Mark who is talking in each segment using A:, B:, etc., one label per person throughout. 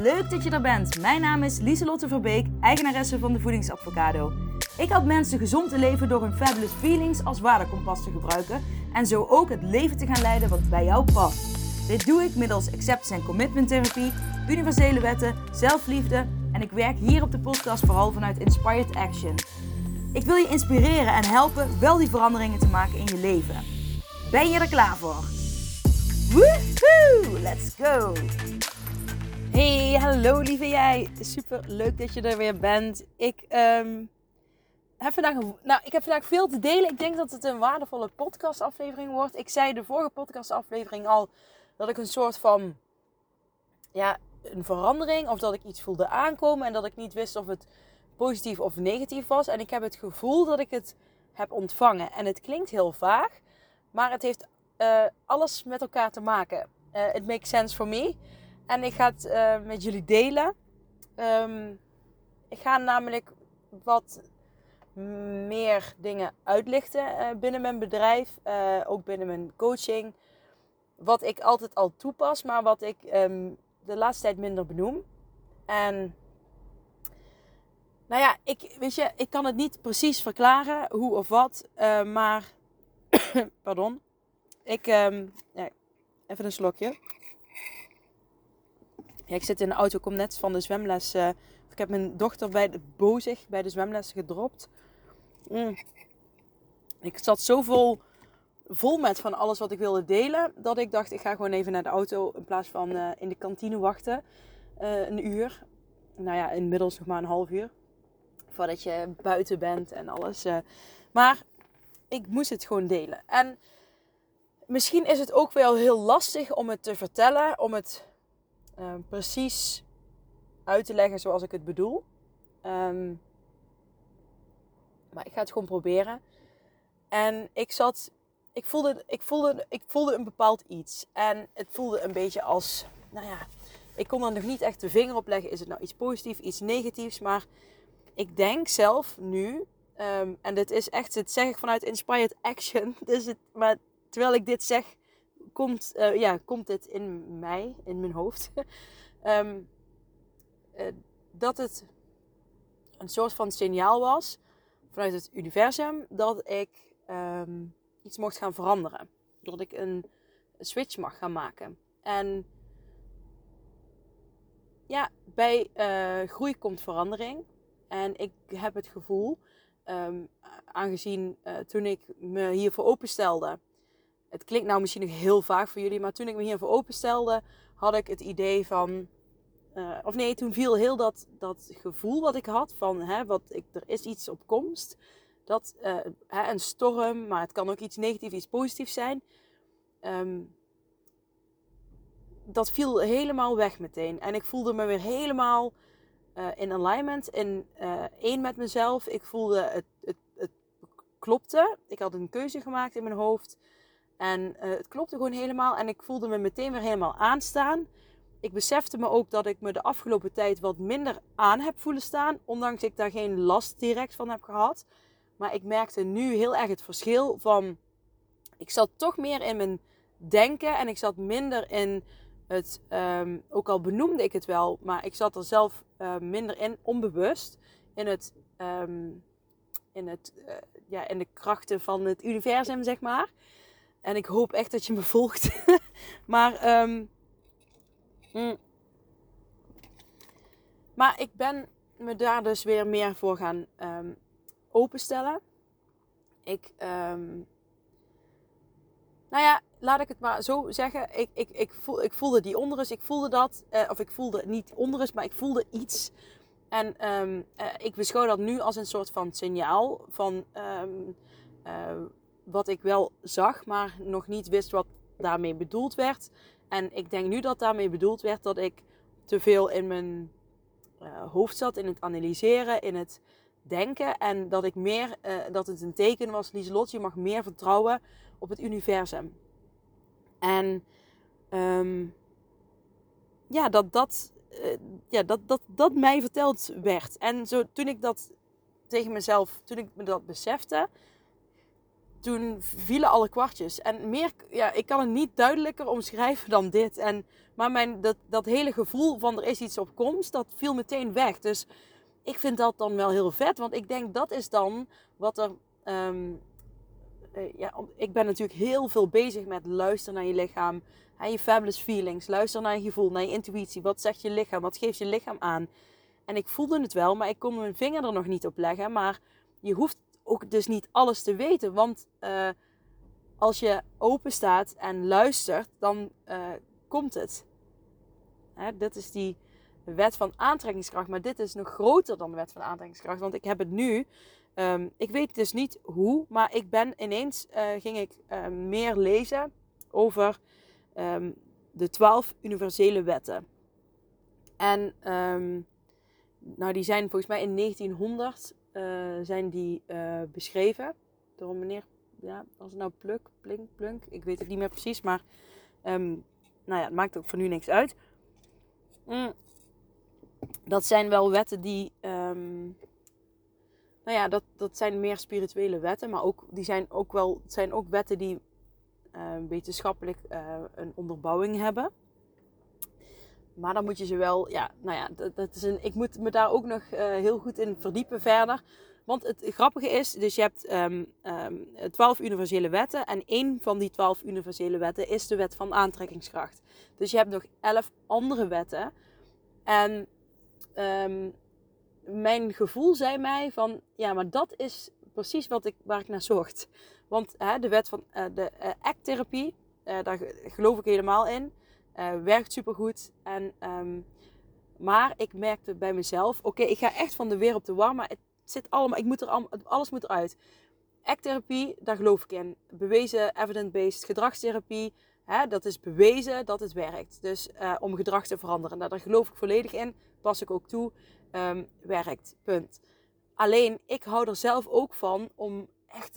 A: leuk dat je er bent. Mijn naam is Lieselotte Verbeek, eigenaresse van de Voedingsadvocado. Ik help mensen gezond te leven door hun fabulous feelings als waardekompas te gebruiken en zo ook het leven te gaan leiden wat bij jou past. Dit doe ik middels acceptance en commitment therapie, universele wetten, zelfliefde en ik werk hier op de podcast vooral vanuit Inspired Action. Ik wil je inspireren en helpen wel die veranderingen te maken in je leven. Ben je er klaar voor? Woehoe! Let's go! Hey, hallo lieve jij. Super leuk dat je er weer bent. Ik heb vandaag veel te delen. Ik denk dat het een waardevolle podcastaflevering wordt. Ik zei de vorige podcastaflevering al dat ik een soort van een verandering of dat ik iets voelde aankomen en dat ik niet wist of het positief of negatief was. En ik heb het gevoel dat ik het heb ontvangen. En het klinkt heel vaag, maar het heeft alles met elkaar te maken. It makes sense for me. En ik ga het met jullie delen. Ik ga namelijk wat meer dingen uitlichten binnen mijn bedrijf. Ook binnen mijn coaching. Wat ik altijd al toepas, maar wat ik de laatste tijd minder benoem. En ik kan het niet precies verklaren hoe of wat. Maar, pardon. Even een slokje. Ja, ik zit in de auto, kom net van de zwemles. Ik heb mijn dochter bij de zwemles gedropt. Ik zat zo vol met van alles wat ik wilde delen, dat ik dacht, ik ga gewoon even naar de auto in plaats van in de kantine wachten. Een uur. Nou ja, inmiddels nog maar een half uur. Voordat je buiten bent en alles. Maar ik moest het gewoon delen. En misschien is het ook wel heel lastig om het te vertellen, om het precies uit te leggen zoals ik het bedoel. Maar ik ga het gewoon proberen. En ik voelde een bepaald iets. En het voelde een beetje als, ik kon er nog niet echt de vinger op leggen. Is het nou iets positiefs, iets negatiefs? Maar ik denk zelf nu, en dit is echt, dit zeg ik vanuit Inspired Action. Maar terwijl ik dit zeg, komt dit in mijn hoofd. Dat het een soort van signaal was vanuit het universum dat ik iets mocht gaan veranderen. Dat ik een switch mag gaan maken. En ja, bij groei komt verandering. En ik heb het gevoel, aangezien toen ik me hiervoor openstelde. Het klinkt nou misschien nog heel vaag voor jullie, maar toen ik me hiervoor openstelde, had ik het idee van... toen viel heel dat gevoel wat ik had van er is iets op komst. Een storm, maar het kan ook iets negatiefs, iets positiefs zijn. Dat viel helemaal weg meteen. En ik voelde me weer helemaal in alignment, in één met mezelf. Ik voelde het klopte. Ik had een keuze gemaakt in mijn hoofd. En het klopte gewoon helemaal. En ik voelde me meteen weer helemaal aanstaan. Ik besefte me ook dat ik me de afgelopen tijd wat minder aan heb voelen staan. Ondanks ik daar geen last direct van heb gehad. Maar ik merkte nu heel erg het verschil van... Ik zat toch meer in mijn denken. En ik zat minder in het... ook al benoemde ik het wel. Maar ik zat er zelf minder in, onbewust. In de krachten van het universum, zeg maar. En ik hoop echt dat je me volgt. Maar... Maar ik ben me daar dus weer meer voor gaan openstellen. Laat ik het maar zo zeggen. Ik voelde die onrust. Ik voelde dat. Ik voelde niet onrust, maar ik voelde iets. En ik beschouw dat nu als een soort van signaal van wat ik wel zag, maar nog niet wist wat daarmee bedoeld werd. En ik denk nu dat daarmee bedoeld werd dat ik te veel in mijn hoofd zat, in het analyseren, in het denken. En dat ik meer, dat het een teken was, Lieselotte, je mag meer vertrouwen op het universum. En dat mij verteld werd. En zo toen ik dat tegen mezelf, toen ik me dat besefte, toen vielen alle kwartjes. En meer, ik kan het niet duidelijker omschrijven dan dit. Maar dat hele gevoel van er is iets op komst, dat viel meteen weg. Dus ik vind dat dan wel heel vet. Want ik denk dat is dan wat er... ik ben natuurlijk heel veel bezig met luisteren naar je lichaam. Je fabulous feelings. Luister naar je gevoel, naar je intuïtie. Wat zegt je lichaam? Wat geeft je lichaam aan? En ik voelde het wel, maar ik kon mijn vinger er nog niet op leggen. Maar je hoeft ook dus niet alles te weten. Want als je open staat en luistert, dan komt het. Dit is die wet van aantrekkingskracht. Maar dit is nog groter dan de wet van aantrekkingskracht. Want ik heb het nu. Ik weet dus niet hoe. Maar ik ben ineens ging ik meer lezen over de 12 universele wetten. En die zijn volgens mij in 1900 zijn die beschreven door een meneer. Ja, was het nou Plunk? Ik weet het niet meer precies, maar het maakt ook voor nu niks uit. Dat zijn wel wetten die, dat zijn meer spirituele wetten, maar ook die zijn ook wetten die wetenschappelijk een onderbouwing hebben. Maar dan moet je ze wel, ik moet me daar ook nog heel goed in verdiepen verder. Want het grappige is, dus je hebt 12 universele wetten. En één van die 12 universele wetten is de wet van aantrekkingskracht. Dus je hebt nog 11 andere wetten. En mijn gevoel zei mij van, ja, maar dat is precies waar ik naar zocht. Want de wet van de ACT-therapie, daar geloof ik helemaal in. Werkt supergoed. Maar ik merkte bij mezelf, oké, ik ga echt van de weer op de war, maar het zit allemaal, alles moet eruit. ACT-therapie, daar geloof ik in. Bewezen evidence-based gedragstherapie, dat is bewezen dat het werkt. Dus om gedrag te veranderen, daar geloof ik volledig in, pas ik ook toe, werkt, punt. Alleen, ik hou er zelf ook van om echt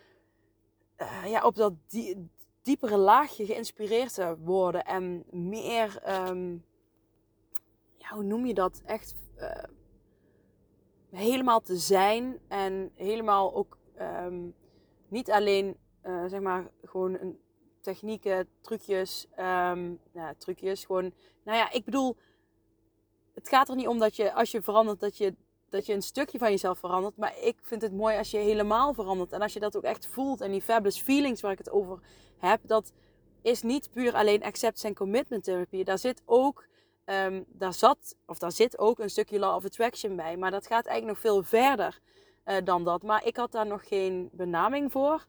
A: op dat diepere laagje geïnspireerd te worden en meer, hoe noem je dat, echt helemaal te zijn en helemaal ook niet alleen gewoon een technieken, trucjes, gewoon, ik bedoel, het gaat er niet om dat je als je verandert dat je een stukje van jezelf verandert, maar ik vind het mooi als je helemaal verandert en als je dat ook echt voelt en die fabulous feelings waar ik het over heb, dat is niet puur alleen acceptance en commitment therapie. Daar zit ook daar zit ook een stukje law of attraction bij. Maar dat gaat eigenlijk nog veel verder dan dat. Maar ik had daar nog geen benaming voor.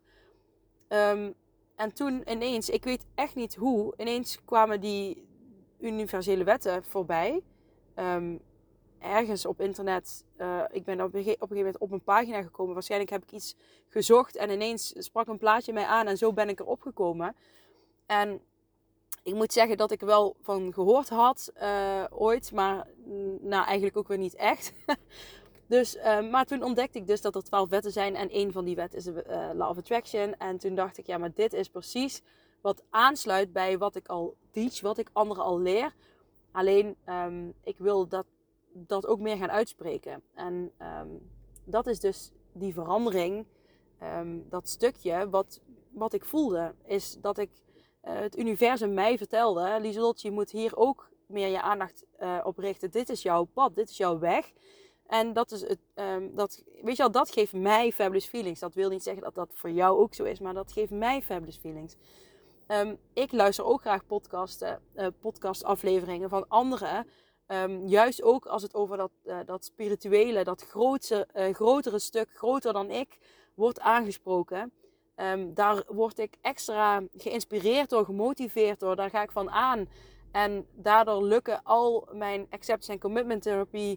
A: En toen ineens, ik weet echt niet hoe, ineens kwamen die universele wetten voorbij. Ergens op internet, ik ben op een gegeven moment op een pagina gekomen. Waarschijnlijk heb ik iets gezocht en ineens sprak een plaatje mij aan en zo ben ik erop gekomen. En ik moet zeggen dat ik er wel van gehoord had ooit, maar eigenlijk ook weer niet echt. Dus, maar toen ontdekte ik dus dat er 12 wetten zijn en één van die wetten is de Law of Attraction. En toen dacht ik, ja, maar dit is precies wat aansluit bij wat ik al teach, wat ik anderen al leer. Alleen, ik wil dat ook meer gaan uitspreken. En dat is dus die verandering, dat stukje wat ik voelde, is dat ik het universum mij vertelde, Lieselot, je moet hier ook meer je aandacht op richten. Dit is jouw pad, dit is jouw weg. En dat is het, weet je wel, dat geeft mij fabulous feelings. Dat wil niet zeggen dat dat voor jou ook zo is, maar dat geeft mij fabulous feelings. Ik luister ook graag podcastafleveringen van anderen. Juist ook als het over dat spirituele, dat grotere stuk, groter dan ik, wordt aangesproken. Daar word ik extra geïnspireerd door, gemotiveerd door. Daar ga ik van aan. En daardoor lukken al mijn acceptance en commitment therapie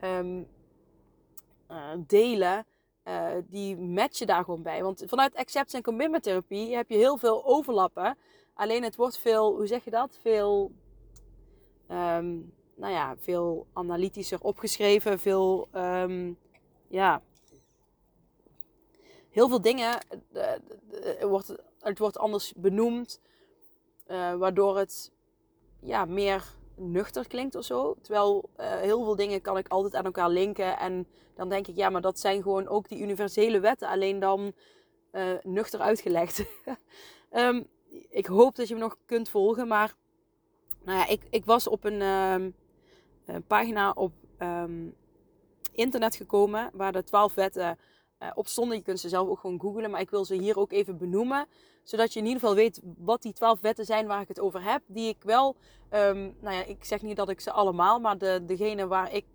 A: delen. Die matchen daar gewoon bij. Want vanuit acceptance en commitment therapie heb je heel veel overlappen. Alleen het wordt veel, hoe zeg je dat? Veel analytischer opgeschreven. Heel veel dingen, het wordt anders benoemd, waardoor het meer nuchter klinkt of zo. Terwijl heel veel dingen kan ik altijd aan elkaar linken en dan denk ik, ja, maar dat zijn gewoon ook die universele wetten. Alleen dan nuchter uitgelegd. Ik hoop dat je me nog kunt volgen. Maar nou ja, ik was op een pagina op internet gekomen waar de 12 wetten op stonden. Je kunt ze zelf ook gewoon googlen, maar ik wil ze hier ook even benoemen. Zodat je in ieder geval weet wat die 12 wetten zijn waar ik het over heb. Die ik wel, nou ja, ik zeg niet dat ik ze allemaal, maar degene waar ik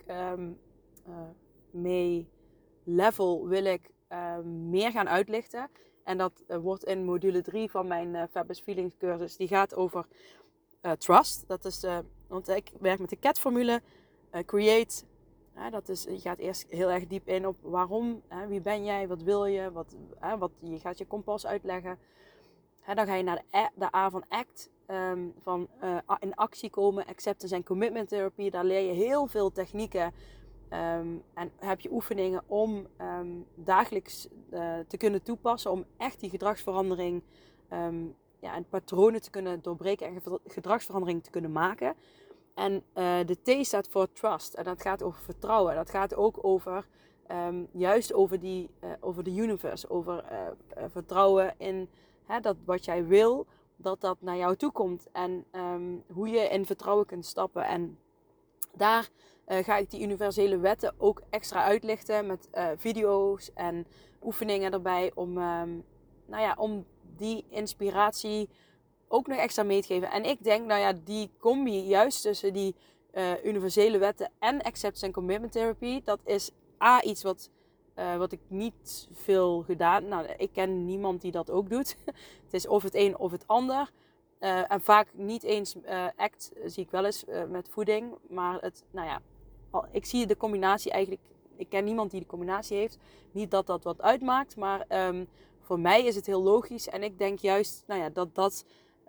A: mee level wil ik meer gaan uitlichten. En dat wordt in module 3 van mijn Fabulous Feelings cursus. Die gaat over trust. Dat is want ik werk met de CAT-formule. Create. Dat is, je gaat eerst heel erg diep in op waarom. Wie ben jij? Wat wil je? Je gaat je kompas uitleggen. Dan ga je naar de A van ACT. Van in actie komen. Acceptance en commitment therapy. Daar leer je heel veel technieken. En heb je oefeningen om dagelijks te kunnen toepassen. Om echt die gedragsverandering en patronen te kunnen doorbreken. En gedragsverandering te kunnen maken. En de T staat voor trust. En dat gaat over vertrouwen. Dat gaat ook over juist over de universe. Over vertrouwen in dat wat jij wil, dat naar jou toe komt. En hoe je in vertrouwen kunt stappen. En daar ga ik die universele wetten ook extra uitlichten. Met video's en oefeningen erbij. Om die inspiratie ook nog extra mee te geven. En ik denk, die combi juist tussen die universele wetten en acceptance en commitment therapy, dat is iets wat ik niet veel gedaan. Nou, ik ken niemand die dat ook doet. Het is of het een of het ander. En vaak niet eens ACT zie ik wel eens met voeding. Maar ik zie de combinatie eigenlijk. Ik ken niemand die de combinatie heeft. Niet dat dat wat uitmaakt. Maar voor mij is het heel logisch. En ik denk juist dat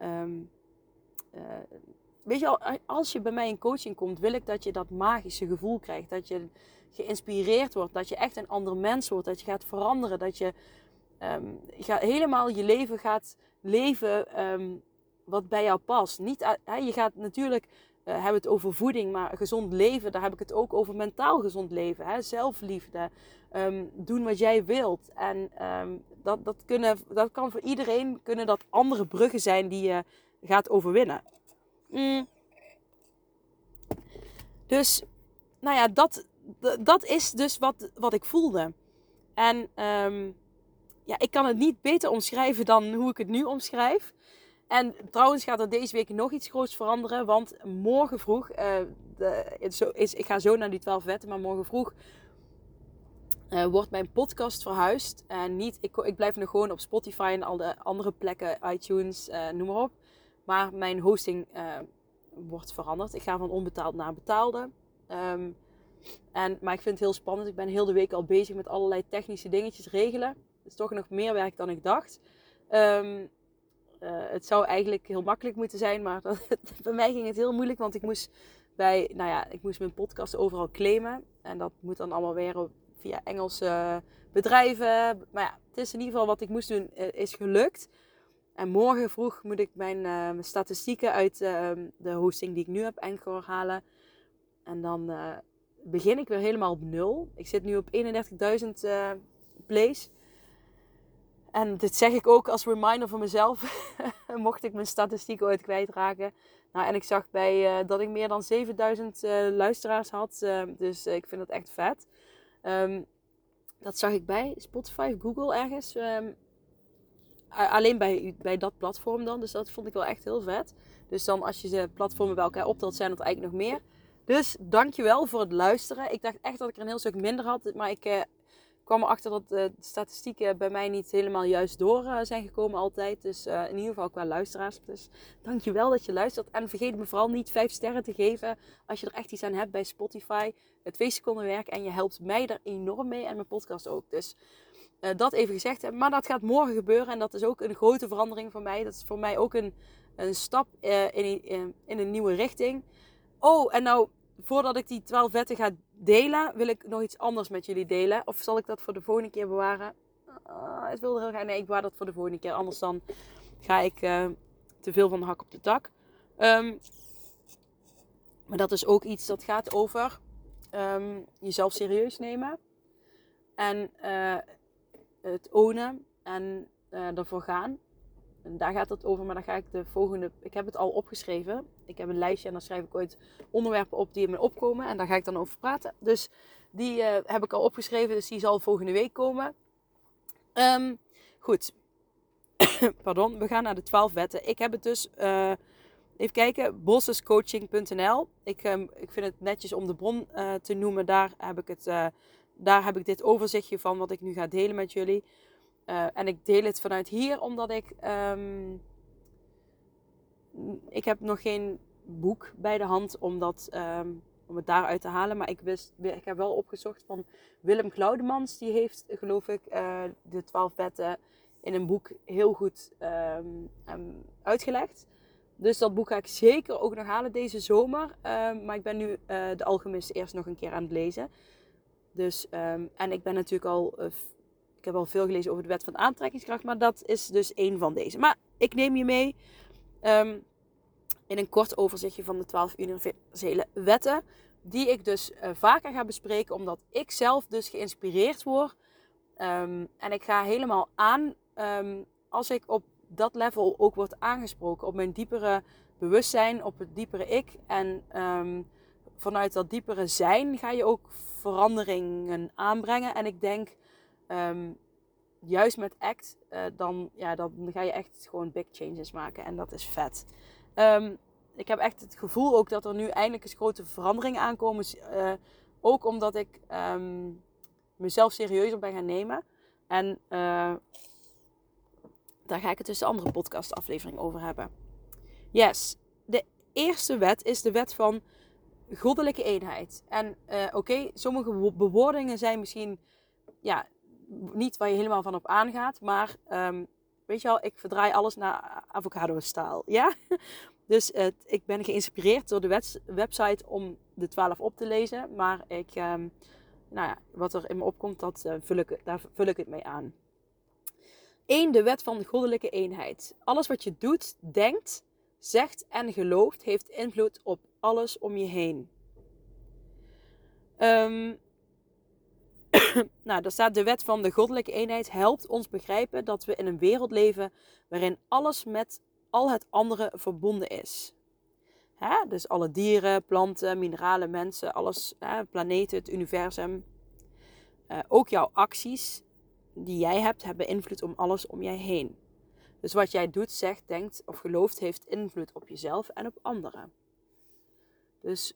A: weet je al, als je bij mij in coaching komt, wil ik dat je dat magische gevoel krijgt. Dat je geïnspireerd wordt. Dat je echt een ander mens wordt. Dat je gaat veranderen. Dat je helemaal je leven gaat leven wat bij jou past. Je gaat natuurlijk hebben het over voeding, maar gezond leven, daar heb ik het ook over mentaal gezond leven. Zelfliefde. Doen wat jij wilt. En dat kan voor iedereen kunnen dat andere bruggen zijn die je gaat overwinnen. Dus, dat is dus wat ik voelde. En ik kan het niet beter omschrijven dan hoe ik het nu omschrijf. En trouwens gaat er deze week nog iets groots veranderen. Want morgen vroeg, ik ga zo naar die 12 wetten, maar morgen vroeg wordt mijn podcast verhuisd. En ik blijf nog gewoon op Spotify en al de andere plekken, iTunes, noem maar op. Maar mijn hosting wordt veranderd. Ik ga van onbetaald naar betaalde. Maar ik vind het heel spannend. Ik ben heel de week al bezig met allerlei technische dingetjes regelen. Het is toch nog meer werk dan ik dacht. Het zou eigenlijk heel makkelijk moeten zijn. Maar bij mij ging het heel moeilijk. Want ik moest mijn podcast overal claimen. En dat moet dan allemaal weer via Engelse bedrijven. Maar ja, het is in ieder geval wat ik moest doen, is gelukt. En morgen vroeg moet ik mijn statistieken uit de hosting die ik nu heb, Anchor, halen. En dan begin ik weer helemaal op 0. Ik zit nu op 31.000 plays. En dit zeg ik ook als reminder voor mezelf. Mocht ik mijn statistieken ooit kwijtraken. Nou, en ik zag dat ik meer dan 7000 luisteraars had. Dus ik vind dat echt vet. Dat zag ik bij Spotify, Google ergens. Alleen bij dat platform dan. Dus dat vond ik wel echt heel vet. Dus dan als je de platformen bij elkaar optelt, zijn er eigenlijk nog meer. Dus dankjewel voor het luisteren. Ik dacht echt dat ik er een heel stuk minder had. Maar ik kwam erachter dat de statistieken bij mij niet helemaal juist door zijn gekomen altijd. Dus in ieder geval qua luisteraars. Dus dankjewel dat je luistert. En vergeet me vooral niet 5 sterren te geven als je er echt iets aan hebt bij Spotify. 2 seconden werk en je helpt mij er enorm mee en mijn podcast ook. Dus dat even gezegd. Maar dat gaat morgen gebeuren en dat is ook een grote verandering voor mij. Dat is voor mij ook een stap in een nieuwe richting. Oh, en nou, voordat ik die 12 wetten ga delen, wil ik nog iets anders met jullie delen. Of zal ik dat voor de volgende keer bewaren? Ik wilde heel graag. Nee, ik bewaar dat voor de volgende keer. Anders dan ga ik te veel van de hak op de tak. Maar dat is ook iets dat gaat over jezelf serieus nemen. En het ownen. en ervoor gaan. En daar gaat het over, maar dan ga ik de volgende... Ik heb het al opgeschreven. Ik heb een lijstje en dan schrijf ik ooit onderwerpen op die in me opkomen. En daar ga ik dan over praten. Dus die heb ik al opgeschreven, dus die zal volgende week komen. Goed. Pardon, we gaan naar de 12 wetten. Ik heb het dus... even kijken, bossescoaching.nl. Ik vind het netjes om de bron te noemen. Daar heb ik dit overzichtje van wat ik nu ga delen met jullie. En ik deel het vanuit hier omdat ik heb nog geen boek bij de hand om het daaruit te halen. Maar ik heb wel opgezocht van Willem Glaudemans. Die heeft, geloof ik, de 12 wetten in een boek heel goed uitgelegd. Dus dat boek ga ik zeker ook nog halen deze zomer. Maar ik ben nu de Alchemist eerst nog een keer aan het lezen. Dus, en ik ben natuurlijk ik heb al veel gelezen over de wet van de aantrekkingskracht. Maar dat is dus één van deze. Maar ik neem je mee in een kort overzichtje van de 12 universele wetten. Die ik dus vaker ga bespreken. Omdat ik zelf dus geïnspireerd word. En ik ga helemaal aan als ik op dat level ook word aangesproken. Op mijn diepere bewustzijn, op het diepere ik. En vanuit dat diepere zijn ga je ook veranderingen aanbrengen. En ik denk, juist met ACT, dan ga je echt gewoon big changes maken. En dat is vet. Ik heb echt het gevoel ook dat er nu eindelijk eens grote veranderingen aankomen. Ook omdat ik mezelf serieuzer ben gaan nemen. En daar ga ik het dus de andere podcastaflevering over hebben. Yes, de eerste wet is de wet van goddelijke eenheid. En sommige bewoordingen zijn misschien niet waar je helemaal van op aangaat. Maar weet je wel, ik verdraai alles naar avocado-staal. Ja? Dus ik ben geïnspireerd door de website om de 12 op te lezen. Maar wat er in me opkomt, daar vul ik het mee aan. 1. De wet van de goddelijke eenheid. Alles wat je doet, denkt, zegt en gelooft heeft invloed op alles om je heen. Daar staat de wet van de goddelijke eenheid helpt ons begrijpen dat we in een wereld leven waarin alles met al het andere verbonden is. Dus alle dieren, planten, mineralen, mensen, alles, planeten, het universum. Ook jouw acties die jij hebt, hebben invloed op alles om jij heen. Dus wat jij doet, zegt, denkt of gelooft, heeft invloed op jezelf en op anderen. Dus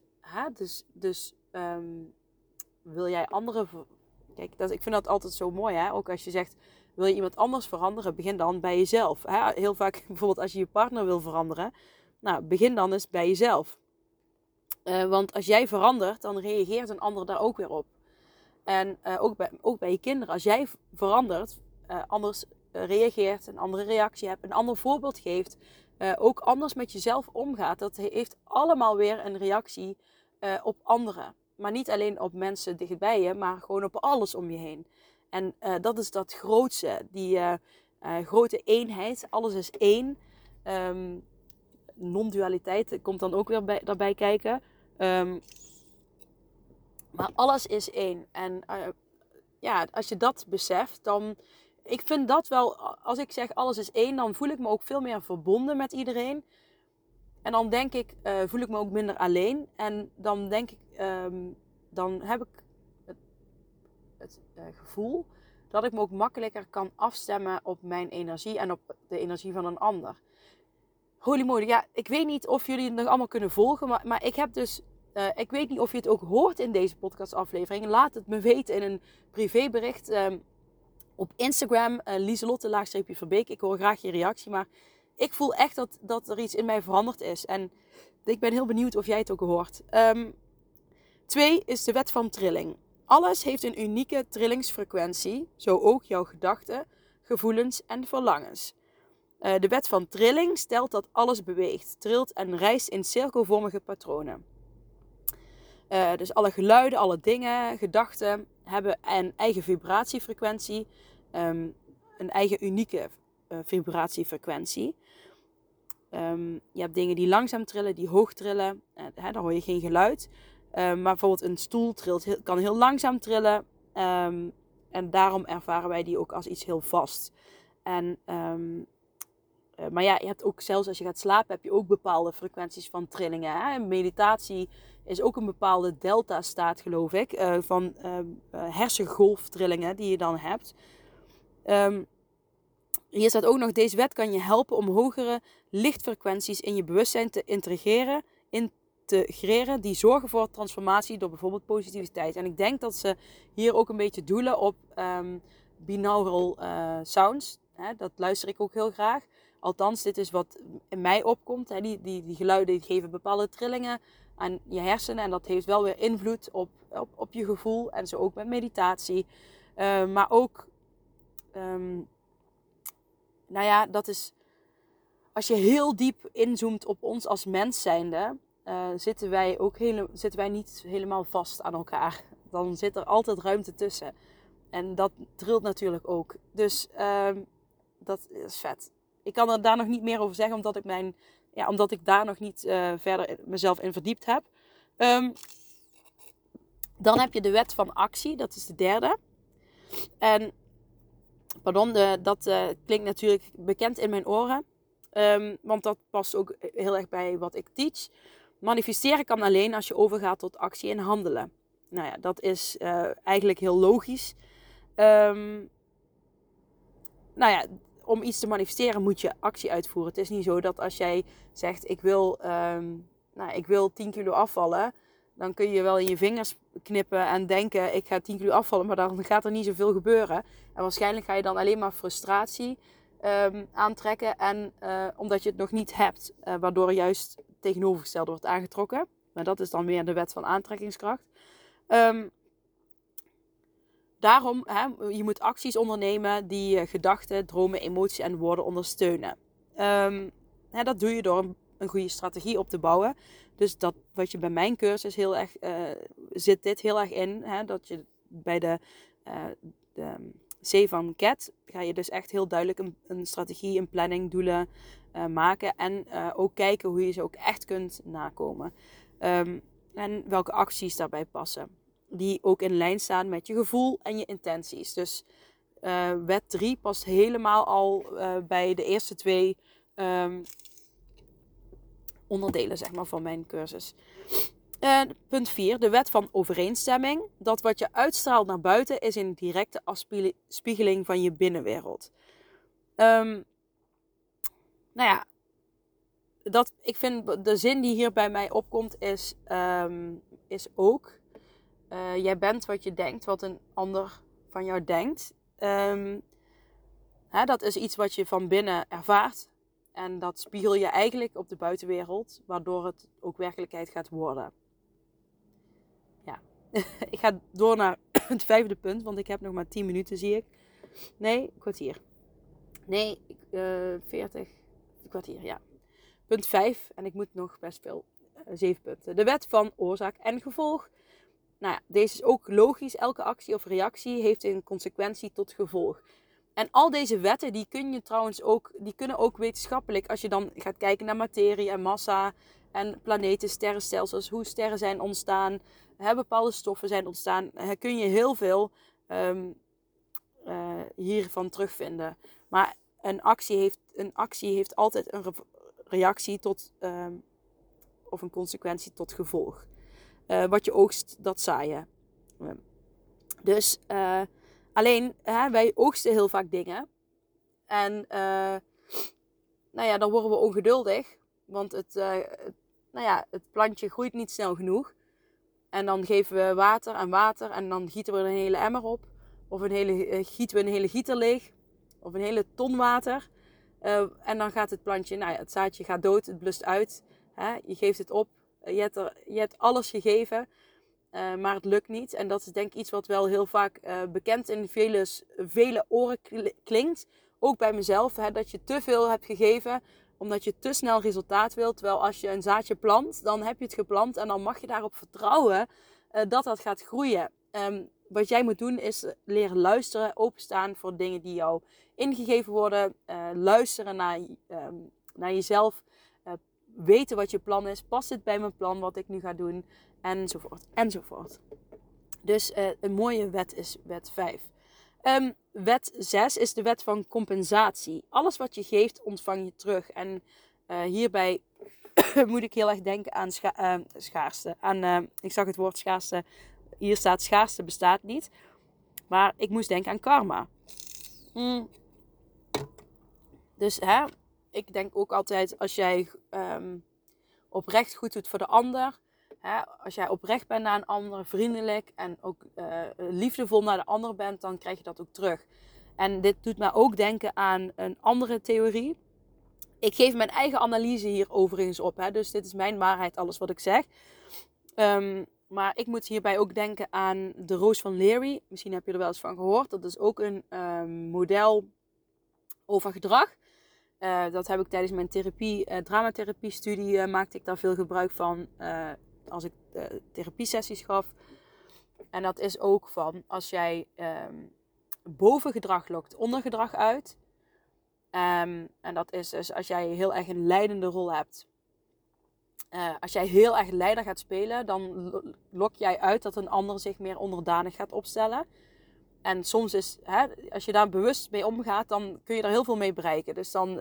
A: wil jij anderen... Kijk, ik vind dat altijd zo mooi, hè? Ook als je zegt, wil je iemand anders veranderen, begin dan bij jezelf. Heel vaak, bijvoorbeeld als je je partner wil veranderen, begin dan eens bij jezelf. Want als jij verandert, dan reageert een ander daar ook weer op. En ook bij je kinderen. Als jij verandert, anders reageert, een andere reactie hebt, een ander voorbeeld geeft, ook anders met jezelf omgaat, dat heeft allemaal weer een reactie op anderen. Maar niet alleen op mensen dichtbij je, maar gewoon op alles om je heen. En dat is dat grootste, die grote eenheid. Alles is één. Non-dualiteit komt dan ook weer daarbij kijken. Maar alles is één. En als je dat beseft, dan... Ik vind dat wel, als ik zeg alles is één, dan voel ik me ook veel meer verbonden met iedereen. En dan denk ik, voel ik me ook minder alleen. En dan denk ik, dan heb ik het gevoel dat ik me ook makkelijker kan afstemmen op mijn energie en op de energie van een ander. Holy moly, ja, ik weet niet of jullie het nog allemaal kunnen volgen, maar ik heb dus... ik weet niet of je het ook hoort in deze podcastaflevering. Laat het me weten in een privébericht op Instagram, Lieselotte_Verbeek. Ik hoor graag je reactie, maar ik voel echt dat er iets in mij veranderd is. En ik ben heel benieuwd of jij het ook hoort. 2 is de wet van trilling. Alles heeft een unieke trillingsfrequentie, zo ook jouw gedachten, gevoelens en verlangens. De wet van trilling stelt dat alles beweegt, trilt en reist in cirkelvormige patronen. Dus alle geluiden, alle dingen, gedachten hebben een eigen vibratiefrequentie. Een eigen unieke vibratiefrequentie. Je hebt dingen die langzaam trillen, die hoog trillen. Daar hoor je geen geluid. Maar bijvoorbeeld een stoel kan heel langzaam trillen. En daarom ervaren wij die ook als iets heel vast. En, maar ja, je hebt ook zelfs als je gaat slapen, heb je ook bepaalde frequenties van trillingen. Hè? Meditatie is ook een bepaalde delta-staat, geloof ik, van hersengolftrillingen die je dan hebt. Hier staat ook nog, deze wet kan je helpen om hogere lichtfrequenties in je bewustzijn te integreren die zorgen voor transformatie door bijvoorbeeld positiviteit. En ik denk dat ze hier ook een beetje doelen op binaural sounds. Dat luister ik ook heel graag. Althans, dit is wat in mij opkomt. Die geluiden geven bepaalde trillingen aan je hersenen. En dat heeft wel weer invloed op je gevoel. En zo ook met meditatie. Maar ook, dat is, als je heel diep inzoomt op ons als mens zijnde, zitten wij niet helemaal vast aan elkaar. Dan zit er altijd ruimte tussen. En dat trilt natuurlijk ook. Dus dat is vet. Ik kan er daar nog niet meer over zeggen, omdat ik daar nog niet verder mezelf in verdiept heb. Dan heb je de wet van actie, dat is de derde. En, dat klinkt natuurlijk bekend in mijn oren. Want dat past ook heel erg bij wat ik teach. Manifesteren kan alleen als je overgaat tot actie en handelen. Nou ja, dat is eigenlijk heel logisch. Om iets te manifesteren moet je actie uitvoeren. Het is niet zo dat als jij zegt, ik wil 10 kilo afvallen, dan kun je wel in je vingers knippen en denken, ik ga 10 kilo afvallen, maar dan gaat er niet zoveel gebeuren. En waarschijnlijk ga je dan alleen maar frustratie aantrekken en omdat je het nog niet hebt, waardoor juist tegenovergestelde wordt aangetrokken. Maar dat is dan weer de wet van aantrekkingskracht. Daarom, je moet acties ondernemen die gedachten, dromen, emoties en woorden ondersteunen. Dat doe je door een goede strategie op te bouwen. Dus dat wat je bij mijn cursus heel erg zit dit heel erg in. Dat je bij de C van CAT ga je dus echt heel duidelijk een strategie, een planning, doelen maken. En ook kijken hoe je ze ook echt kunt nakomen. En welke acties daarbij passen. Die ook in lijn staan met je gevoel en je intenties. Dus wet 3 past helemaal al bij de eerste 2 onderdelen, zeg maar, van mijn cursus. Punt 4, de wet van overeenstemming. Dat wat je uitstraalt naar buiten is een directe afspiegeling van je binnenwereld. Ik vind de zin die hier bij mij opkomt is ook... jij bent wat je denkt, wat een ander van jou denkt. Dat is iets wat je van binnen ervaart. En dat spiegel je eigenlijk op de buitenwereld, waardoor het ook werkelijkheid gaat worden. Ja, ik ga door naar het 5e punt, want ik heb nog maar 10 minuten, zie ik. Nee, kwartier. Nee, 40, kwartier, ja. Punt 5, en ik moet nog best veel, 7 punten. De wet van oorzaak en gevolg. Nou ja, deze is ook logisch. Elke actie of reactie heeft een consequentie tot gevolg. En al deze wetten, die kunnen ook wetenschappelijk, als je dan gaat kijken naar materie en massa en planeten, sterrenstelsels, hoe sterren zijn ontstaan, bepaalde stoffen zijn ontstaan, kun je heel veel hiervan terugvinden. Maar een actie heeft altijd een reactie tot, of een consequentie tot gevolg. Wat je oogst, dat zaai je. Dus alleen, wij oogsten heel vaak dingen. En dan worden we ongeduldig. Want het plantje groeit niet snel genoeg. En dan geven we water en water. En dan gieten we er een hele emmer op. Of gieten we een hele gieter leeg. Of een hele ton water. En dan gaat het plantje, het zaadje gaat dood. Het blust uit. Je geeft het op. Je hebt alles gegeven, maar het lukt niet. En dat is denk ik iets wat wel heel vaak bekend in vele oren klinkt. Ook bij mezelf, dat je te veel hebt gegeven, omdat je te snel resultaat wilt. Terwijl als je een zaadje plant, dan heb je het geplant en dan mag je daarop vertrouwen dat gaat groeien. Wat jij moet doen is leren luisteren, openstaan voor dingen die jou ingegeven worden. Luisteren naar jezelf. Weten wat je plan is. Past dit bij mijn plan wat ik nu ga doen? Enzovoort. Enzovoort. Dus een mooie wet is wet 5. Wet 6 is de wet van compensatie. Alles wat je geeft, ontvang je terug. En hierbij moet ik heel erg denken aan schaarste. Ik zag het woord schaarste. Hier staat schaarste bestaat niet. Maar ik moest denken aan karma. Dus ik denk ook altijd als jij oprecht goed doet voor de ander. Als jij oprecht bent naar een ander, vriendelijk en ook liefdevol naar de ander bent, dan krijg je dat ook terug. En dit doet me ook denken aan een andere theorie. Ik geef mijn eigen analyse hier overigens op. Dus dit is mijn waarheid, alles wat ik zeg. Maar ik moet hierbij ook denken aan de Roos van Leary. Misschien heb je er wel eens van gehoord. Dat is ook een model over gedrag. Dat heb ik tijdens mijn dramatherapie-studie maakte ik daar veel gebruik van als ik therapiesessies gaf. En dat is ook van als jij boven gedrag lokt onder gedrag uit. En dat is dus als jij heel erg een leidende rol hebt. Als jij heel erg leider gaat spelen, dan lok jij uit dat een ander zich meer onderdanig gaat opstellen. En soms is, als je daar bewust mee omgaat, dan kun je er heel veel mee bereiken. Dus dan,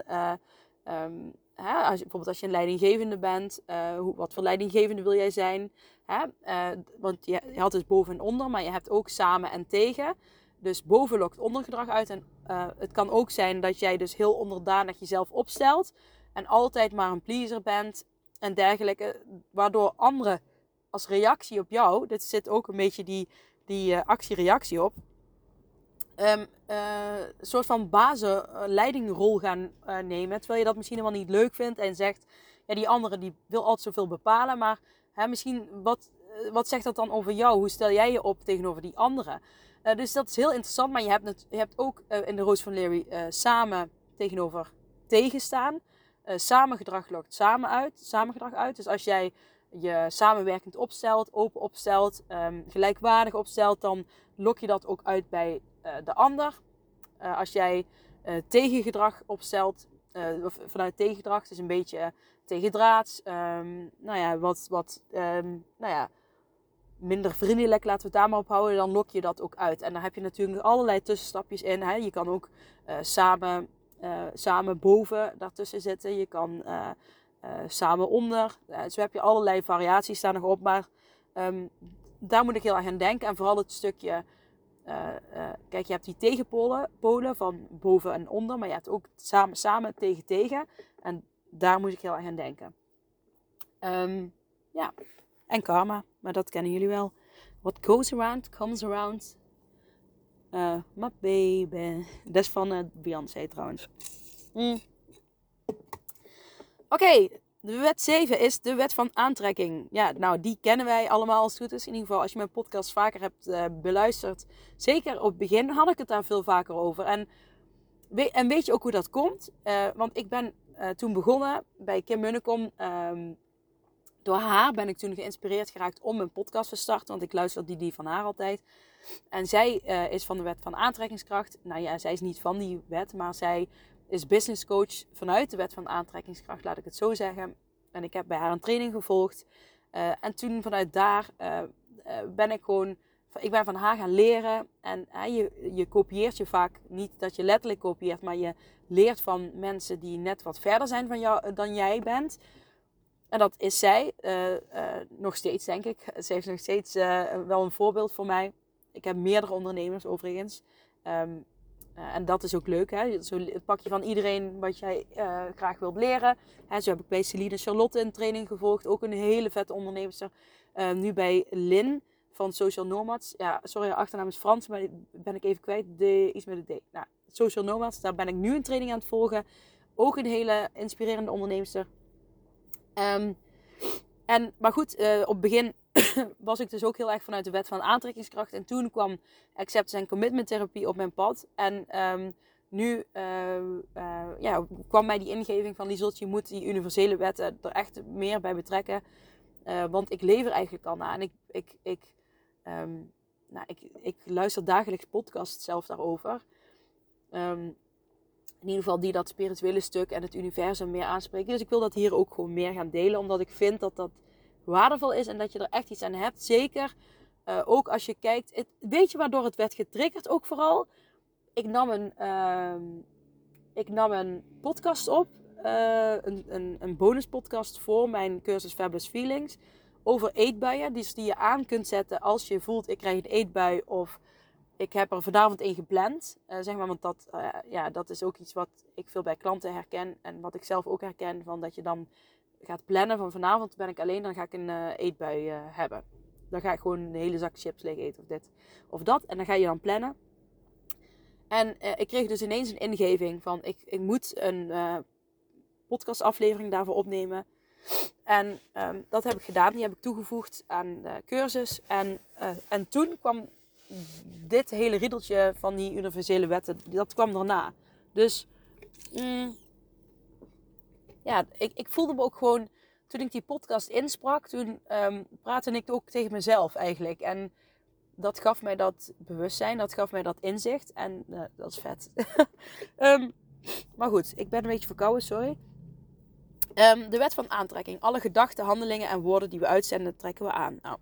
A: bijvoorbeeld als je een leidinggevende bent, wat voor leidinggevende wil jij zijn? Want je had dus boven en onder, maar je hebt ook samen en tegen. Dus boven lokt ondergedrag uit. En het kan ook zijn dat jij dus heel onderdanig jezelf opstelt. En altijd maar een pleaser bent en dergelijke. Waardoor anderen als reactie op jou, dit zit ook een beetje die actie-reactie op. Een soort van leidingrol gaan nemen. Terwijl je dat misschien helemaal niet leuk vindt. En zegt, ja, die andere die wil altijd zoveel bepalen. Maar misschien, wat zegt dat dan over jou? Hoe stel jij je op tegenover die andere? Dus dat is heel interessant. Maar je hebt ook in de Roos van Leary samen tegenover tegenstaan. Samen gedrag lokt samen gedrag uit. Dus als jij je samenwerkend opstelt, open opstelt, gelijkwaardig opstelt, dan lok je dat ook uit bij de ander. Als jij tegengedrag opstelt, of vanuit tegengedrag, dus een beetje tegendraads, minder vriendelijk, laten we het daar maar op houden, dan lok je dat ook uit. En daar heb je natuurlijk allerlei tussenstapjes in. Je kan ook samen boven daartussen zitten. Je kan samen onder. Zo heb je allerlei variaties daar nog op. Maar daar moet ik heel erg aan denken. En vooral het stukje... kijk, je hebt die tegenpolen van boven en onder. Maar je hebt ook samen tegen. En daar moet ik heel erg aan denken. En karma. Maar dat kennen jullie wel. What goes around, comes around. My baby. Dat is van Beyoncé trouwens. Oké, de wet 7 is de wet van aantrekking. Ja, nou, die kennen wij allemaal als het goed is. In ieder geval, als je mijn podcast vaker hebt beluisterd. Zeker op het begin had ik het daar veel vaker over. En weet je ook hoe dat komt? Want ik ben toen begonnen bij Kim Munnekom. Door haar ben ik toen geïnspireerd geraakt om een podcast te starten. Want ik luister die van haar altijd. En zij is van de wet van aantrekkingskracht. Nou ja, zij is niet van die wet, maar zij is business coach vanuit de wet van aantrekkingskracht, laat ik het zo zeggen. En ik heb bij haar een training gevolgd. En toen vanuit daar ben ik gewoon... Ik ben van haar gaan leren. En je kopieert je vaak niet dat je letterlijk kopieert, maar je leert van mensen die net wat verder zijn van jou dan jij bent. En dat is zij. Nog steeds, denk ik. Zij is nog steeds wel een voorbeeld voor mij. Ik heb meerdere ondernemers overigens. En dat is ook leuk. Zo pak je van iedereen wat jij graag wilt leren. Zo heb ik bij Celine Charlotte een training gevolgd. Ook een hele vette ondernemer. Nu bij Lynn van Social Nomads. Ja, sorry, haar achternaam is Frans, maar ben ik even kwijt. Iets met een D. Nou, Social Nomads, daar ben ik nu een training aan het volgen. Ook een hele inspirerende ondernemer. Maar goed, op het begin was ik dus ook heel erg vanuit de wet van aantrekkingskracht. En toen kwam acceptance en commitment therapie op mijn pad. En nu kwam mij die ingeving van Lieselt, je moet die universele wetten er echt meer bij betrekken. Want ik leef er eigenlijk al naar. En ik luister dagelijks podcasts zelf daarover. In ieder geval die dat spirituele stuk en het universum meer aanspreken. Dus ik wil dat hier ook gewoon meer gaan delen. Omdat ik vind dat dat waardevol is en dat je er echt iets aan hebt. Zeker ook als je kijkt. Weet je waardoor het werd getriggerd ook vooral? ik nam een podcast op. Een bonuspodcast voor mijn cursus Fabulous Feelings. Over eetbuien. Dus die je aan kunt zetten als je voelt ik krijg een eetbui. Of ik heb er vanavond een gepland. Zeg maar, want dat is ook iets wat ik veel bij klanten herken. En wat ik zelf ook herken. Van dat je dan gaat plannen van vanavond ben ik alleen. Dan ga ik een eetbui hebben. Dan ga ik gewoon een hele zak chips leeg eten. Of dit of dat. En dan ga je dan plannen. En ik kreeg dus ineens een ingeving van ik moet een podcastaflevering daarvoor opnemen. En dat heb ik gedaan. Die heb ik toegevoegd aan de cursus. En toen kwam dit hele riedeltje van die universele wetten. Dat kwam daarna. Dus ik voelde me ook gewoon... Toen ik die podcast insprak, toen praatte ik ook tegen mezelf eigenlijk. En dat gaf mij dat bewustzijn, dat gaf mij dat inzicht. En dat is vet. Maar goed, ik ben een beetje verkouden, sorry. De wet van aantrekking. Alle gedachten, handelingen en woorden die we uitzenden, trekken we aan. Nou,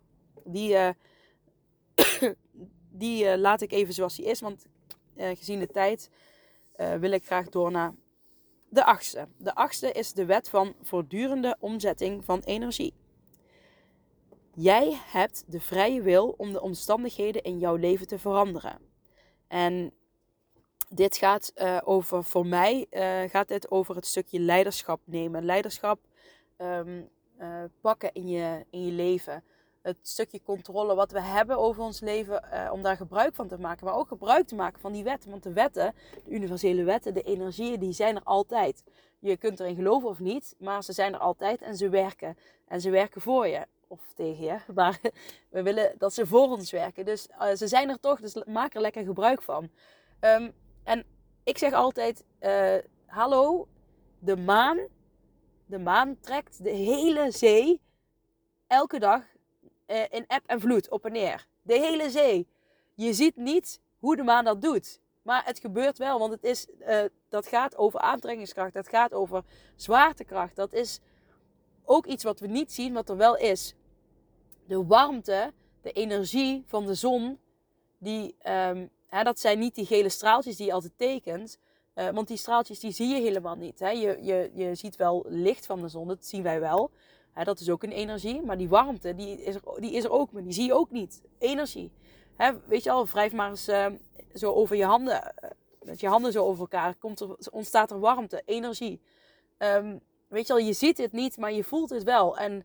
A: die laat ik even zoals die is. Want gezien de tijd wil ik graag door naar de 8e. De 8e is de wet van voortdurende omzetting van energie. Jij hebt de vrije wil om de omstandigheden in jouw leven te veranderen. En dit gaat voor mij gaat dit over het stukje leiderschap nemen. Leiderschap pakken in je leven. Het stukje controle wat we hebben over ons leven, om daar gebruik van te maken. Maar ook gebruik te maken van die wetten. Want de wetten, de universele wetten, de energieën, die zijn er altijd. Je kunt erin geloven of niet, maar ze zijn er altijd en ze werken. En ze werken voor je. Of tegen je. Maar we willen dat ze voor ons werken. Dus ze zijn er toch, dus maak er lekker gebruik van. En ik zeg altijd, hallo, de maan trekt de hele zee elke dag in eb en vloed op en neer. De hele zee. Je ziet niet hoe de maan dat doet. Maar het gebeurt wel, want dat gaat over aantrekkingskracht. Dat gaat over zwaartekracht. Dat is ook iets wat we niet zien, wat er wel is. De warmte, de energie van de zon, dat zijn niet die gele straaltjes die je altijd tekent. Want die straaltjes die zie je helemaal niet. Hè. Je ziet wel licht van de zon, dat zien wij wel. Dat is ook een energie. Maar die warmte, die is er ook, maar die zie je ook niet. Energie. Weet je al, wrijf maar eens zo over je handen. Met je handen zo over elkaar ontstaat er warmte, energie. Weet je al, je ziet het niet, maar je voelt het wel. En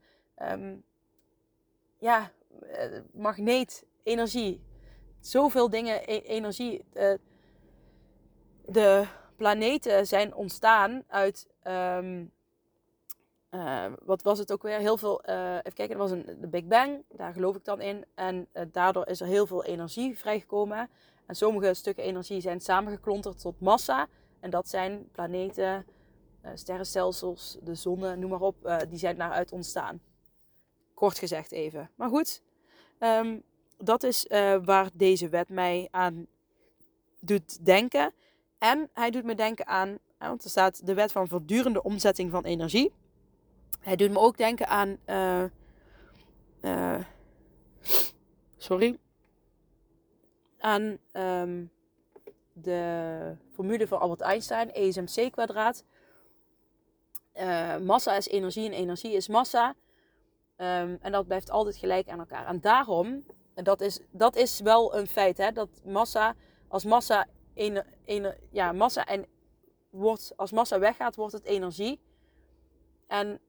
A: magneet, energie. Zoveel dingen, energie. De planeten zijn ontstaan uit... wat was het ook weer? Heel veel... even kijken, dat was de Big Bang. Daar geloof ik dan in. En daardoor is er heel veel energie vrijgekomen. En sommige stukken energie zijn samengeklonterd tot massa. En dat zijn planeten, sterrenstelsels, de zon, noem maar op. Die zijn daaruit ontstaan. Kort gezegd even. Maar goed, dat is waar deze wet mij aan doet denken. En hij doet me denken aan, want er staat de wet van voortdurende omzetting van energie. Hij doet me ook denken aan, aan de formule van Albert Einstein, E is mc kwadraat. Massa is energie en energie is massa. En dat blijft altijd gelijk aan elkaar. En daarom, en dat is wel een feit, hè, dat massa, als massa als massa weggaat, wordt het energie. En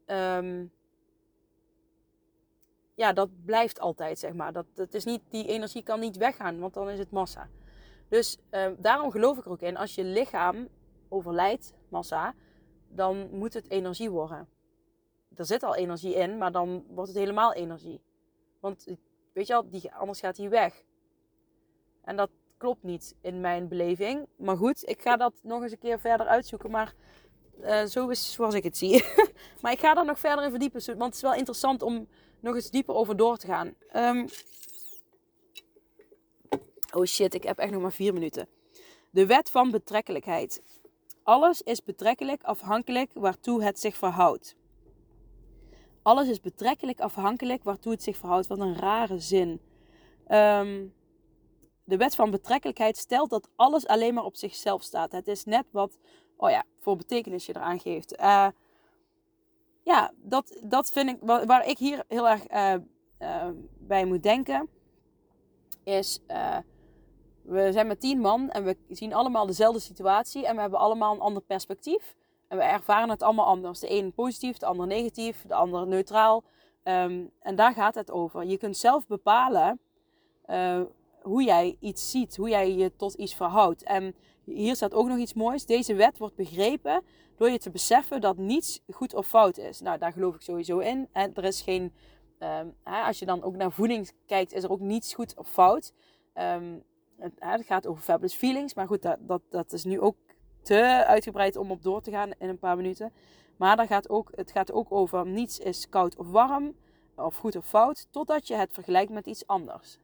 A: dat blijft altijd, zeg maar. Dat is niet, die energie kan niet weggaan, want dan is het massa. Dus daarom geloof ik er ook in, als je lichaam overlijdt, massa, dan moet het energie worden. Er zit al energie in, maar dan wordt het helemaal energie. Want, weet je al, anders gaat die weg. En dat klopt niet in mijn beleving. Maar goed, ik ga dat nog eens een keer verder uitzoeken. Maar zo is zoals ik het zie. Maar ik ga daar nog verder in verdiepen. Want het is wel interessant om nog eens dieper over door te gaan. Oh shit, ik heb echt nog maar 4 minuten. De wet van betrekkelijkheid. Alles is betrekkelijk afhankelijk waartoe het zich verhoudt. Alles is betrekkelijk afhankelijk waartoe het zich verhoudt. Wat een rare zin. de wet van betrekkelijkheid stelt dat alles alleen maar op zichzelf staat. Het is net wat, voor betekenis je eraan geeft. Dat vind ik, waar ik hier heel erg bij moet denken, is, we zijn met 10 man en we zien allemaal dezelfde situatie en we hebben allemaal een ander perspectief. En we ervaren het allemaal anders. De een positief, de ander negatief, de ander neutraal. En daar gaat het over. Je kunt zelf bepalen hoe jij iets ziet, hoe jij je tot iets verhoudt. En hier staat ook nog iets moois. Deze wet wordt begrepen door je te beseffen dat niets goed of fout is. Nou, daar geloof ik sowieso in. Er is geen, als je dan ook naar voeding kijkt, is er ook niets goed of fout. Het gaat over fabulous feelings. Maar goed, dat is nu ook te uitgebreid om op door te gaan in een paar minuten. Maar het gaat ook over niets is koud of warm, of goed of fout, totdat je het vergelijkt met iets anders.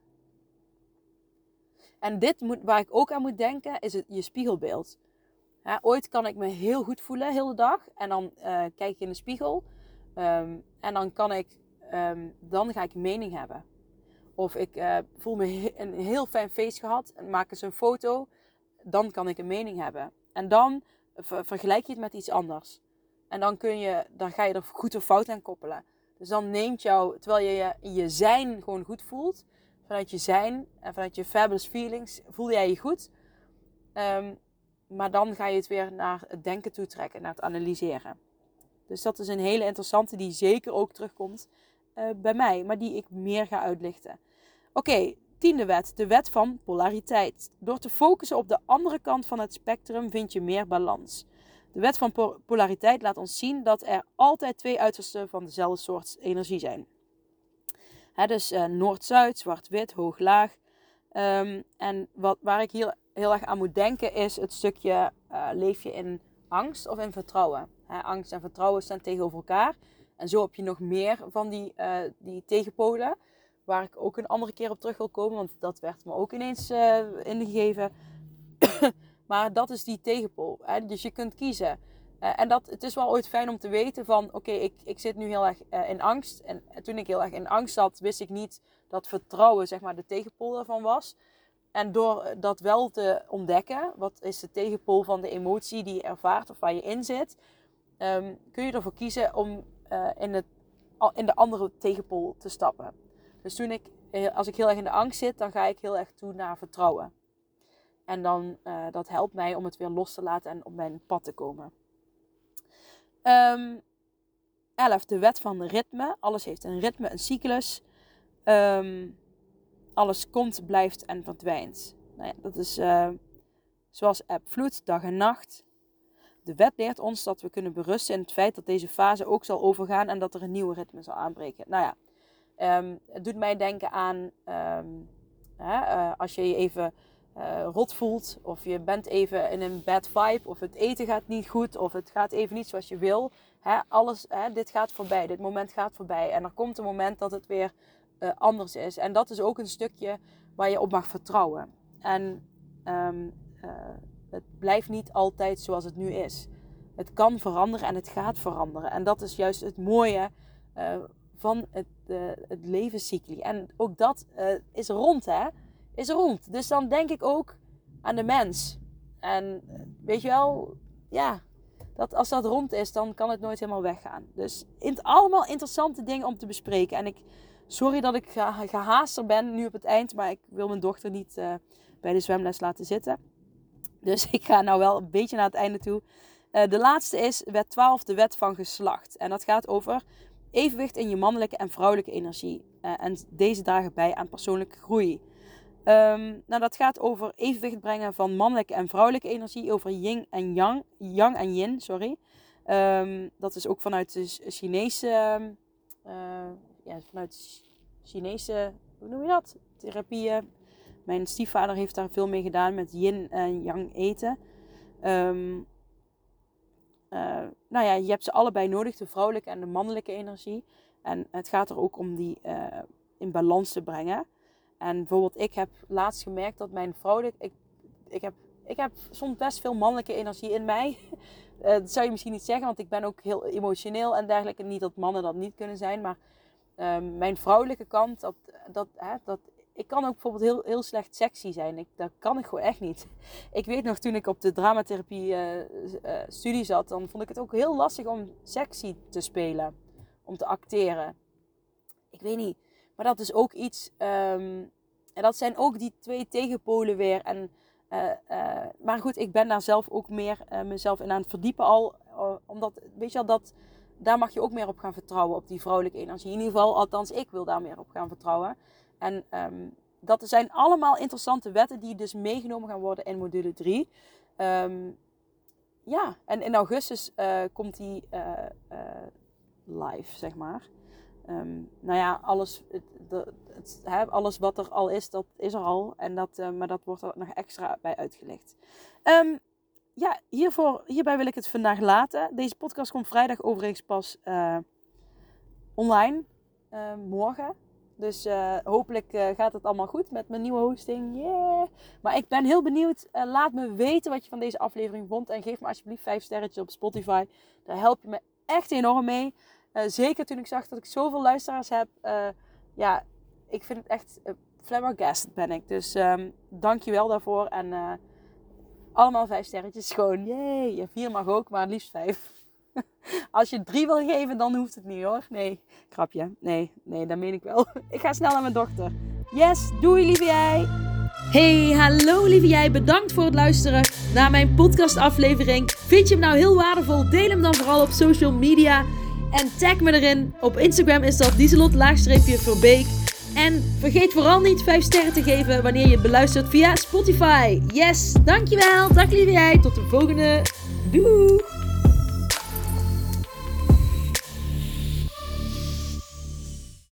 A: En waar ik ook aan moet denken, is je spiegelbeeld. Ooit kan ik me heel goed voelen, heel de dag. En dan kijk ik in de spiegel. En dan ga ik een mening hebben. Of ik voel me een heel fijn feest gehad en maak eens een foto. Dan kan ik een mening hebben. En dan vergelijk je het met iets anders. En dan ga je er goed of fout aan koppelen. Dus dan terwijl je je zijn gewoon goed voelt, vanuit je zijn en vanuit je fabulous feelings, voel jij je goed. Maar dan ga je het weer naar het denken toe trekken, naar het analyseren. Dus dat is een hele interessante die zeker ook terugkomt bij mij, maar die ik meer ga uitlichten. Oké, 10e wet, de wet van polariteit. Door te focussen op de andere kant van het spectrum vind je meer balans. De wet van polariteit laat ons zien dat er altijd 2 uitersten van dezelfde soort energie zijn. Dus noord-zuid, zwart-wit, hoog-laag. En waar ik hier heel erg aan moet denken is het stukje leef je in angst of in vertrouwen. Angst en vertrouwen staan tegenover elkaar. En zo heb je nog meer van die tegenpolen. Waar ik ook een andere keer op terug wil komen. Want dat werd me ook ineens ingegeven. Maar dat is die tegenpool. Dus je kunt kiezen. Het is wel ooit fijn om te weten van... Oké, ik zit nu heel erg in angst. En toen ik heel erg in angst zat, wist ik niet dat vertrouwen zeg maar de tegenpool ervan was. En door dat wel te ontdekken... Wat is de tegenpool van de emotie die je ervaart of waar je in zit... kun je ervoor kiezen om in de andere tegenpool te stappen. Dus als ik heel erg in de angst zit, dan ga ik heel erg toe naar vertrouwen. En dan, dat helpt mij om het weer los te laten en op mijn pad te komen. 11, de wet van ritme. Alles heeft een ritme, een cyclus. Alles komt, blijft en verdwijnt. Nou ja, dat is zoals eb vloed, dag en nacht. De wet leert ons dat we kunnen berusten in het feit dat deze fase ook zal overgaan en dat er een nieuwe ritme zal aanbreken. Nou ja, het doet mij denken aan als je je even rot voelt of je bent even in een bad vibe of het eten gaat niet goed of het gaat even niet zoals je wil. Dit gaat voorbij, dit moment gaat voorbij en er komt een moment dat het weer anders is. En dat is ook een stukje waar je op mag vertrouwen. En het blijft niet altijd zoals het nu is. Het kan veranderen en het gaat veranderen. En dat is juist het mooie van het levenscycli. En ook dat is rond, hè? Is rond. Dus dan denk ik ook aan de mens. En weet je wel, ja, dat als dat rond is, dan kan het nooit helemaal weggaan. Dus allemaal interessante dingen om te bespreken. En sorry dat ik gehaaster ben nu op het eind, maar ik wil mijn dochter niet bij de zwemles laten zitten. Dus ik ga nou wel een beetje naar het einde toe. De laatste is wet 12, de wet van geslacht. En dat gaat over evenwicht in je mannelijke en vrouwelijke energie. En deze dragen bij aan persoonlijke groei. Dat gaat over evenwicht brengen van mannelijke en vrouwelijke energie. Over yin en yang en yin, sorry. Dat is ook vanuit de Chinese, hoe noem je dat? Therapieën. Mijn stiefvader heeft daar veel mee gedaan met yin en yang eten. Je hebt ze allebei nodig, de vrouwelijke en de mannelijke energie. En het gaat er ook om die in balans te brengen. En bijvoorbeeld, ik heb laatst gemerkt dat mijn vrouwelijke... Ik heb soms best veel mannelijke energie in mij. Dat zou je misschien niet zeggen, want ik ben ook heel emotioneel en dergelijke. Niet dat mannen dat niet kunnen zijn, maar mijn vrouwelijke kant, ik kan ook bijvoorbeeld heel, heel slecht sexy zijn. Dat kan ik gewoon echt niet. Ik weet nog, toen ik op de dramatherapie studie zat, dan vond ik het ook heel lastig om sexy te spelen. Om te acteren. Ik weet niet. Maar dat is ook iets... en dat zijn ook die twee tegenpolen weer. Maar goed, ik ben daar zelf ook meer mezelf in aan het verdiepen al. Omdat, weet je wel, daar mag je ook meer op gaan vertrouwen. Op die vrouwelijke energie. In ieder geval, althans, ik wil daar meer op gaan vertrouwen. En dat zijn allemaal interessante wetten die dus meegenomen gaan worden in module 3. Ja, en in augustus komt die live, zeg maar. Nou ja, alles wat er al is, dat is er al. En maar dat wordt er nog extra bij uitgelegd. Ja, hierbij wil ik het vandaag laten. Deze podcast komt vrijdag overigens pas online. Morgen. Dus hopelijk gaat het allemaal goed met mijn nieuwe hosting. Yeah! Maar ik ben heel benieuwd. Laat me weten wat je van deze aflevering vond. En geef me alsjeblieft 5 sterretjes op Spotify. Daar help je me echt enorm mee. Zeker toen ik zag dat ik zoveel luisteraars heb. Ja, ik vind het echt flabbergasted ben ik. Dus dank je wel daarvoor. En allemaal 5 sterretjes. Gewoon, yay. 4 mag ook, maar liefst 5. Als je 3 wil geven, dan hoeft het niet hoor. Nee, grapje. Nee, dat meen ik wel. Ik ga snel naar mijn dochter. Yes, doei lieve jij. Hey, hallo lieve jij. Bedankt voor het luisteren naar mijn podcastaflevering. Vind je hem nou heel waardevol? Deel hem dan vooral op social media. En tag me erin. Op Instagram is dat Lieselot_Verbeek. En vergeet vooral niet 5 sterren te geven wanneer je het beluistert via Spotify. Yes, dankjewel. Dag lieve jij. Tot de volgende. Doei.